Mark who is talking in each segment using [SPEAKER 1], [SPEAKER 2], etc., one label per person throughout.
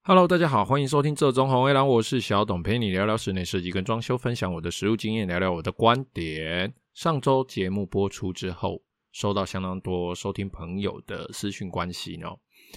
[SPEAKER 1] Hello， 大家好，欢迎收听这中红黑狼，我是小董，陪你聊聊室内设计跟装修，分享我的实务经验，聊聊我的观点。上周节目播出之后，收到相当多收听朋友的私讯关心哦，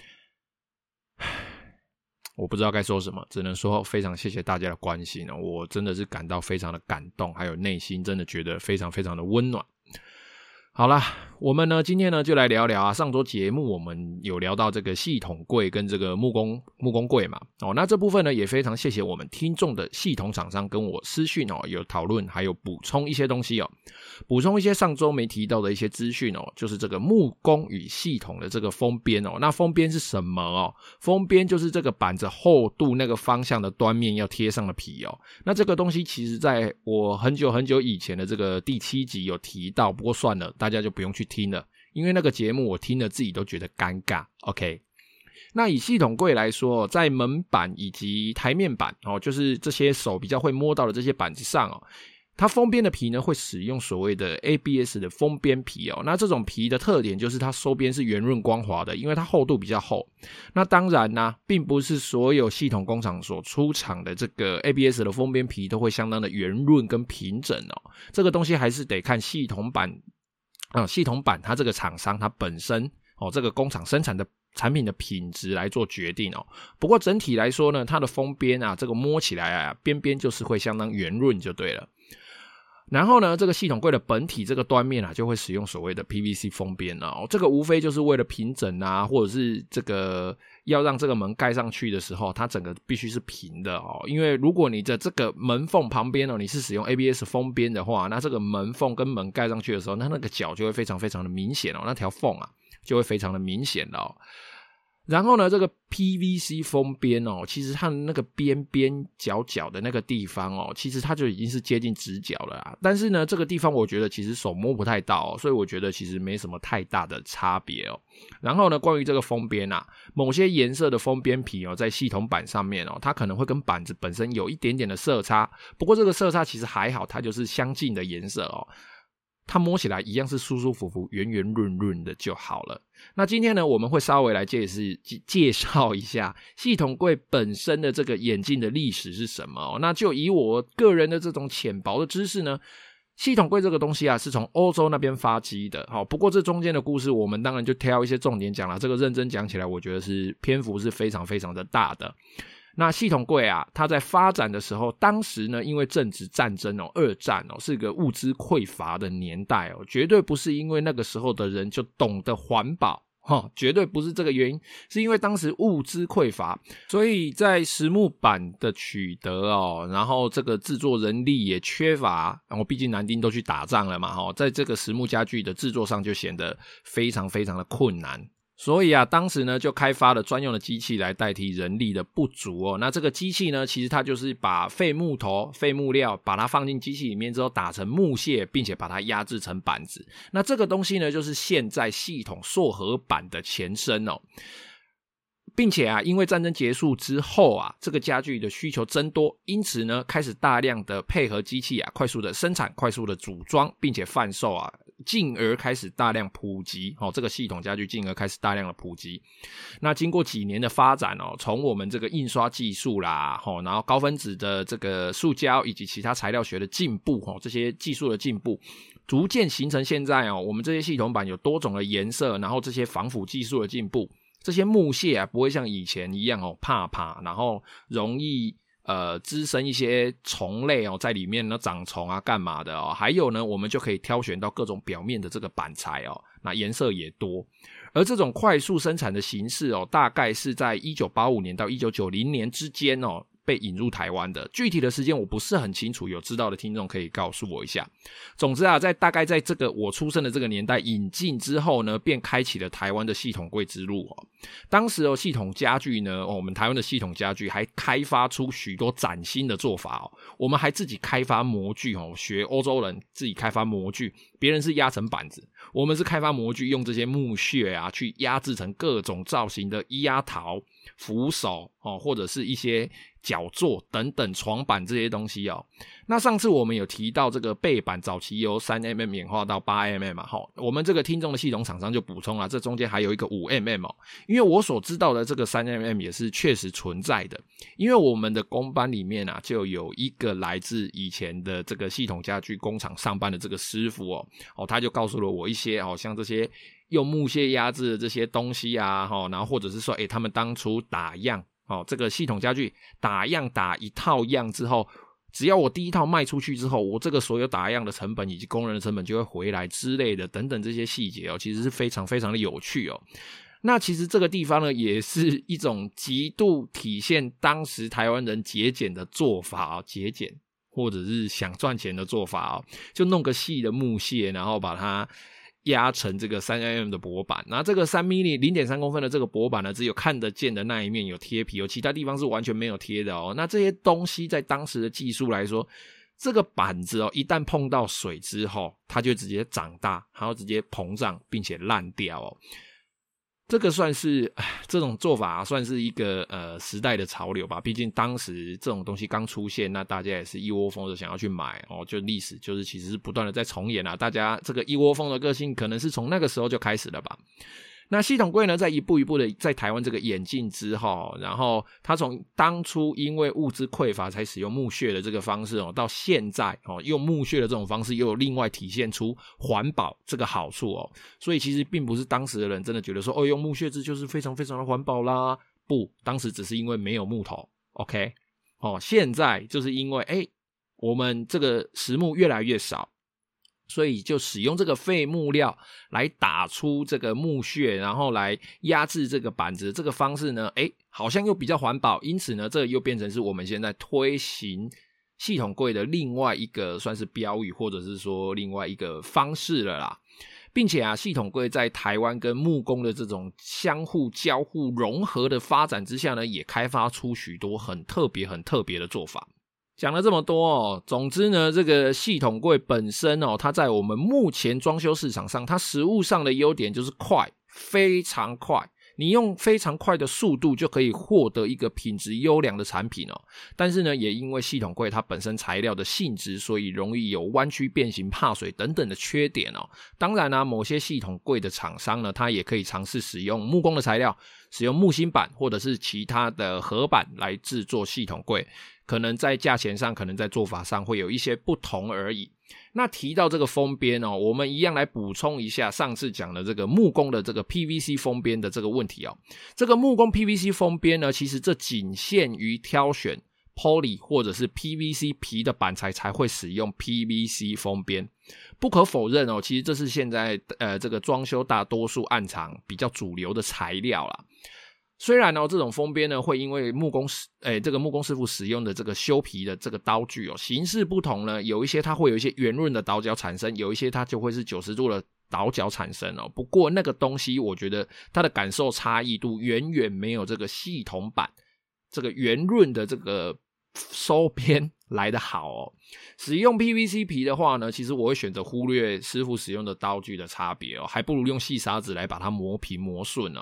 [SPEAKER 1] 我不知道该说什么，只能说非常谢谢大家的关心哦，我真的是感到非常的感动，还有内心真的觉得非常非常的温暖。好啦，我们呢今天呢就来聊聊上周节目我们有聊到这个系统柜跟这个木工柜嘛。那这部分呢也非常谢谢我们听众的系统厂商跟我私讯有讨论，还有补充一些东西补充一些上周没提到的一些资讯就是这个木工与系统的这个封边那封边是什么封边就是这个板子厚度那个方向的端面要贴上的皮那这个东西其实在我很久很久以前的这个第7集有提到，不过算了，大家就不用去听了，因为那个节目我听了自己都觉得尴尬。 OK， 那以系统柜来说，在门板以及台面板就是这些手比较会摸到的这些板子上它封边的皮呢会使用所谓的 ABS 的封边皮那这种皮的特点就是它收边是圆润光滑的，因为它厚度比较厚。那当然呢并不是所有系统工厂所出厂的这个 ABS 的封边皮都会相当的圆润跟平整这个东西还是得看系统板它这个厂商它本身这个工厂生产的产品的品质来做决定不过整体来说呢，它的封边这个摸起来边边就是会相当圆润就对了。然后呢，这个系统柜的本体这个端面就会使用所谓的 PVC 封边这个无非就是为了平整或者是这个要让这个门盖上去的时候它整个必须是平的因为如果你的这个门缝旁边你是使用 ABS 封边的话，那这个门缝跟门盖上去的时候，那个角就会非常非常的明显那条缝就会非常的明显了然后呢，这个 PVC 封边其实它的那个边边角角的那个地方其实它就已经是接近直角了啦。但是呢，这个地方我觉得其实手摸不太到所以我觉得其实没什么太大的差别然后呢，关于这个封边某些颜色的封边皮在系统板上面它可能会跟板子本身有一点点的色差，不过这个色差其实还好，它就是相近的颜色它摸起来一样是舒舒服服圆圆润润的就好了。那今天呢，我们会稍微来介绍一下系统柜本身的这个眼镜的历史是什么那就以我个人的这种浅薄的知识呢，系统柜这个东西是从欧洲那边发迹的不过这中间的故事我们当然就挑一些重点讲了，这个认真讲起来我觉得是篇幅是非常非常的大的。那系统柜它在发展的时候，当时呢因为正值战争二战是个物资匮乏的年代绝对不是因为那个时候的人就懂得环保绝对不是这个原因，是因为当时物资匮乏，所以在实木板的取得然后这个制作人力也缺乏，然后毕竟南丁都去打仗了嘛在这个实木家具的制作上就显得非常非常的困难。所以当时呢就开发了专用的机器来代替人力的不足那这个机器呢，其实它就是把废木头、废木料把它放进机器里面之后打成木屑，并且把它压制成板子。那这个东西呢，就是现在系统塑合板的前身并且因为战争结束之后这个家具的需求增多，因此呢开始大量的配合机器快速的生产、快速的组装并且贩售进而开始大量普及这个系统家具进而开始大量的普及。那经过几年的发展从我们这个印刷技术啦然后高分子的这个塑胶以及其他材料学的进步这些技术的进步，逐渐形成现在我们这些系统板有多种的颜色，然后这些防腐技术的进步，这些木屑不会像以前一样怕然后容易滋生一些虫类在里面呢长虫干嘛的还有呢，我们就可以挑选到各种表面的这个板材那颜色也多。而这种快速生产的形式大概是在1985年到1990年之间被引入台湾的，具体的时间我不是很清楚，有知道的听众可以告诉我一下。总之大概在这个我出生的这个年代引进之后呢，便开启了台湾的系统柜之路当时系统家具呢我们台湾的系统家具还开发出许多崭新的做法我们还自己开发模具学欧洲人自己开发模具，别人是压成板子，我们是开发模具，用这些木屑去压制成各种造型的压陶， 扶手或者是一些脚座等等床板这些东西那上次我们有提到这个背板早期由 3mm 演化到 8mm 嘛我们这个听众的系统厂商就补充了，这中间还有一个 5mm因为我所知道的这个 3mm 也是确实存在的，因为我们的工班里面就有一个来自以前的这个系统家具工厂上班的这个师傅他就告诉了我一些像这些用木屑压制的这些东西然后或者是说他们当初打样这个系统家具打样打一套样之后，只要我第一套卖出去之后，我这个所有打样的成本以及工人的成本就会回来之类的等等这些细节其实是非常非常的有趣那其实这个地方呢，也是一种极度体现当时台湾人节俭的做法节俭或者是想赚钱的做法就弄个细的木屑，然后把它压成这个 3mm 的薄板，那这个 3mm 0.3 公分的这个薄板呢，只有看得见的那一面有贴皮其他地方是完全没有贴的那这些东西在当时的技术来说，这个板子一旦碰到水之后，它就直接长大，然后直接膨胀并且烂掉这个算是这种做法算是一个时代的潮流吧，毕竟当时这种东西刚出现，那大家也是一窝蜂的想要去买就历史就是其实是不断的在重演大家这个一窝蜂的个性可能是从那个时候就开始了吧。那系统柜呢，在一步一步的在台湾这个演进之后，然后它从当初因为物资匮乏才使用木屑的这个方式到现在用木屑的这种方式又有另外体现出环保这个好处所以其实并不是当时的人真的觉得说用木屑制就是非常非常的环保啦，不，当时只是因为没有木头 OK 现在就是因为我们这个实木越来越少，所以就使用这个废木料来打出这个木屑，然后来压制这个板子，这个方式呢好像又比较环保，因此呢这又变成是我们现在推行系统柜的另外一个算是标语，或者是说另外一个方式了啦。并且系统柜在台湾跟木工的这种相互交互融合的发展之下呢，也开发出许多很特别的做法。讲了这么多总之呢，这个系统柜本身它在我们目前装修市场上，它实物上的优点就是快，非常快，你用非常快的速度就可以获得一个品质优良的产品但是呢，也因为系统柜它本身材料的性质，所以容易有弯曲变形、怕水等等的缺点当然某些系统柜的厂商呢，它也可以尝试使用木工的材料，使用木芯板或者是其他的合板来制作系统柜，可能在价钱上，可能在做法上会有一些不同而已。那提到这个封边我们一样来补充一下上次讲的这个木工的这个 PVC 封边的这个问题这个木工 PVC 封边呢，其实这仅限于挑选 Poly 或者是 PVC 皮的板材才会使用 PVC 封边。不可否认其实这是现在这个装修大多数案场比较主流的材料啦。虽然这种封边呢，会因为这个木工师傅使用的这个修皮的这个刀具形式不同呢，有一些它会有一些圆润的倒角产生，有一些它就会是90度的倒角产生不过那个东西我觉得它的感受差异度远远没有这个系统板这个圆润的这个收边来得好使用 PVC 皮的话呢，其实我会选择忽略师傅使用的刀具的差别还不如用细砂纸来把它磨平磨顺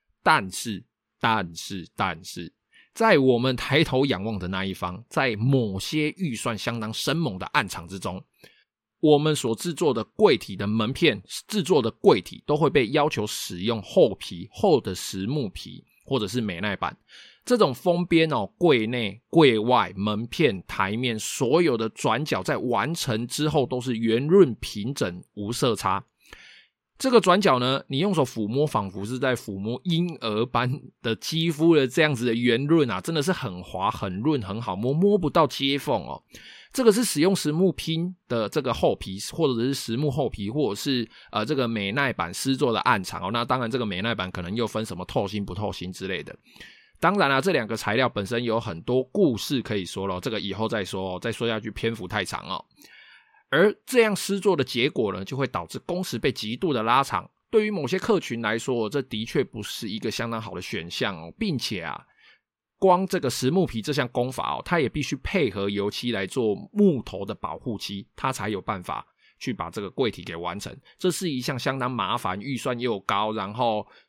[SPEAKER 1] 但是在我们抬头仰望的那一方，在某些预算相当生猛的案场之中，我们所制作的柜体的门片制作的柜体都会被要求使用厚的实木皮或者是美耐板。这种封边柜内柜外门片台面所有的转角在完成之后都是圆润平整无色差。这个转角呢，你用手抚摸仿佛是在抚摸婴儿般的肌肤的这样子的圆润真的是很滑很润很好摸不到接缝这个是使用实木拼的这个厚皮，或者是实木厚皮，或者是这个美耐板施作的案场那当然这个美耐板可能又分什么透心不透心之类的。当然这两个材料本身有很多故事可以说了，这个以后再说再说下去篇幅太长而这样施作的结果呢，就会导致工时被极度的拉长。对于某些客群来说，这的确不是一个相当好的选项并且光这个实木皮这项工法它也必须配合油漆来做木头的保护漆，它才有办法去把这个柜体给完成。这是一项相当麻烦、预算又高，然后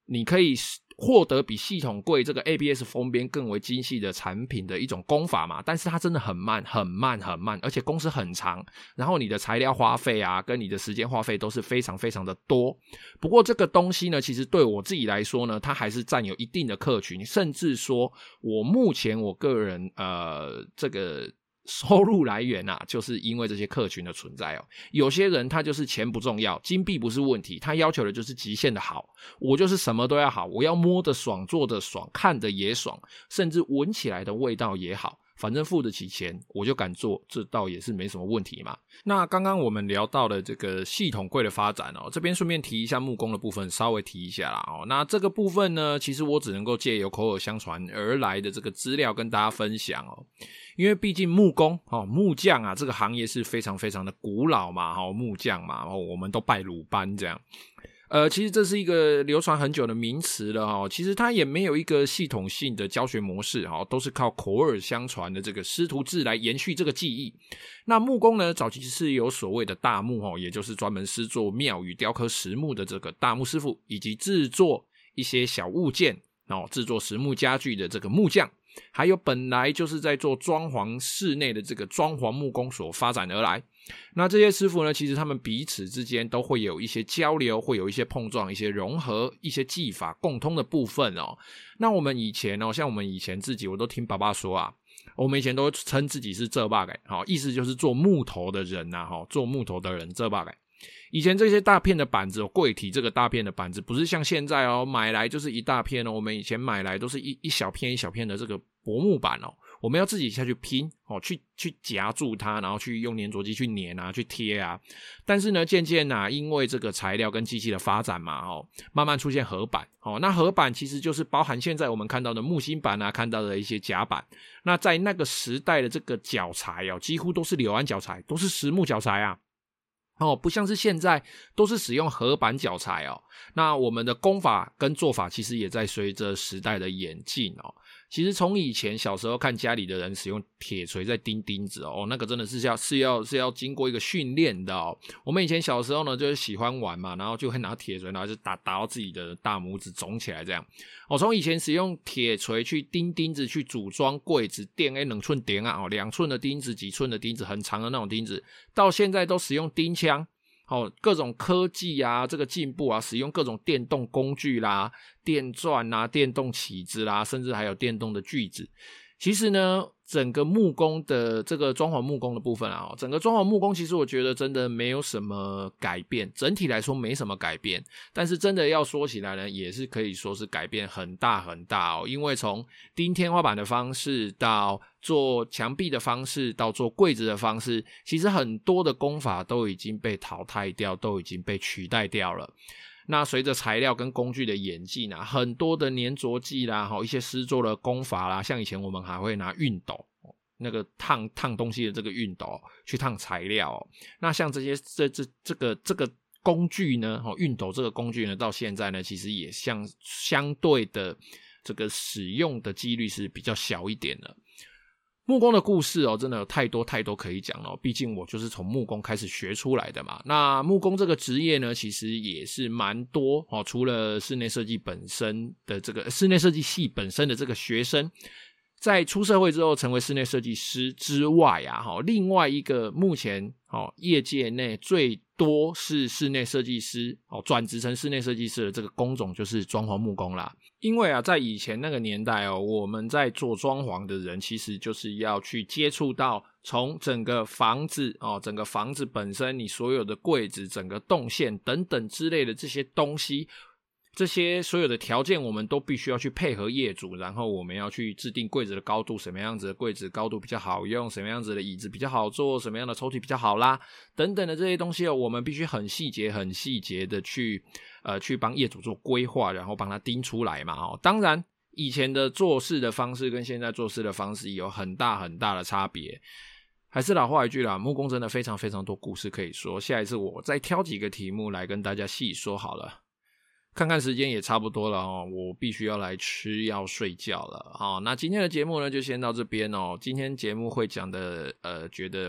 [SPEAKER 1] 你可以获得比系统柜这个 ABS 封边更为精细的产品的一种工法嘛，但是它真的很慢，而且工时很长，然后你的材料花费啊，跟你的时间花费都是非常非常的多。不过这个东西呢，其实对我自己来说呢，它还是占有一定的客群，甚至说我目前我个人这个收入来源啊，就是因为这些客群的存在哦。有些人他就是钱不重要，金币不是问题，他要求的就是极限的好。我就是什么都要好，我要摸得爽，做得爽，看得也爽，甚至闻起来的味道也好。反正付得起钱，我就敢做，这倒也是没什么问题嘛。那刚刚我们聊到的这个系统柜的发展哦，这边顺便提一下木工的部分，稍微提一下啦哦。那这个部分呢，其实我只能够借由口耳相传而来的这个资料跟大家分享哦。因为毕竟木工木匠啊这个行业是非常非常的古老嘛，木匠嘛，我们都拜鲁班这样。其实这是一个流传很久的名词了其实它也没有一个系统性的教学模式都是靠口耳相传的这个师徒制来延续这个技艺。那木工呢，早期是有所谓的大木也就是专门施作庙宇雕刻实木的这个大木师傅，以及制作一些小物件制作实木家具的这个木匠，还有本来就是在做装潢室内的这个装潢木工所发展而来。那这些师傅呢，其实他们彼此之间都会有一些交流，会有一些碰撞，一些融合，一些技法共通的部分那我们以前像我们以前自己，我都听爸爸说啊，我们以前都称自己是这把改意思就是做木头的人做木头的人这把改。以前这些大片的板子柜体这个大片的板子不是像现在买来就是一大片我们以前买来都是一小片一小片的这个薄木板我们要自己下去拼去夹住它，然后去用粘着剂去粘啊去贴啊。但是呢渐渐因为这个材料跟机器的发展嘛慢慢出现合板那合板其实就是包含现在我们看到的木芯板看到的一些夹板。那在那个时代的这个脚材几乎都是柳安脚材，都是实木脚材不像是现在都是使用合板脚材那我们的工法跟做法其实也在随着时代的演进其实从以前小时候看家里的人使用铁锤在钉钉子那个真的是要经过一个训练的我们以前小时候呢就是喜欢玩嘛，然后就会拿铁锤，然后就打到自己的大拇指肿起来这样从以前使用铁锤去钉钉子去组装柜子，钉2寸钉2寸的钉子，几寸的钉子，很长的那种钉子，到现在都使用钉枪各种科技啊，这个进步使用各种电动工具啦，电钻啦，电动起子啦，甚至还有电动的锯子。其实呢，整个木工的这个装潢木工的部分整个装潢木工其实我觉得真的没有什么改变，整体来说没什么改变，但是真的要说起来呢，也是可以说是改变很大很大因为从钉天花板的方式到做墙壁的方式到做柜子的方式，其实很多的工法都已经被淘汰掉，都已经被取代掉了。那随着材料跟工具的演进很多的粘着剂啦一些施作的工法啦，像以前我们还会拿熨斗那个烫东西的这个熨斗去烫材料那像这些这个工具呢熨斗这个工具呢，到现在呢其实也相对的这个使用的几率是比较小一点的。木工的故事真的有太多太多可以讲毕竟我就是从木工开始学出来的嘛。那木工这个职业呢，其实也是蛮多除了室内设计本身的这个室内设计系本身的这个学生在出社会之后成为室内设计师之外另外一个目前业界内最多是室内设计师转职成室内设计师的这个工种就是装潢木工啦。因为在以前那个年代我们在做装潢的人其实就是要去接触到从整个房子整个房子本身，你所有的柜子，整个动线等等之类的这些东西，这些所有的条件我们都必须要去配合业主，然后我们要去制定柜子的高度，什么样子的柜子高度比较好用，什么样子的椅子比较好坐，什么样的抽屉比较好拉等等的这些东西我们必须很细节的去帮业主做规划，然后帮他钉出来嘛当然以前的做事的方式跟现在做事的方式有很大很大的差别。还是老话一句啦，木工真的非常非常多故事可以说，下一次我再挑几个题目来跟大家细说好了。看看时间也差不多了我必须要来吃药睡觉了那今天的节目呢就先到这边今天节目会讲的觉得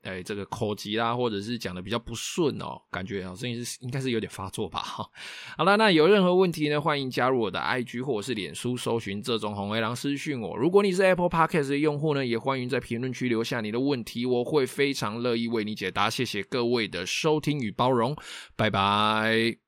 [SPEAKER 1] 这个口疾啦，或者是讲的比较不顺哦，感觉好像应该是有点发作吧。好了，那有任何问题呢，欢迎加入我的 IG 或者是脸书搜寻这种红黑狼私讯我。如果你是 Apple Podcast 的用户呢，也欢迎在评论区留下你的问题，我会非常乐意为你解答。谢谢各位的收听与包容，拜拜。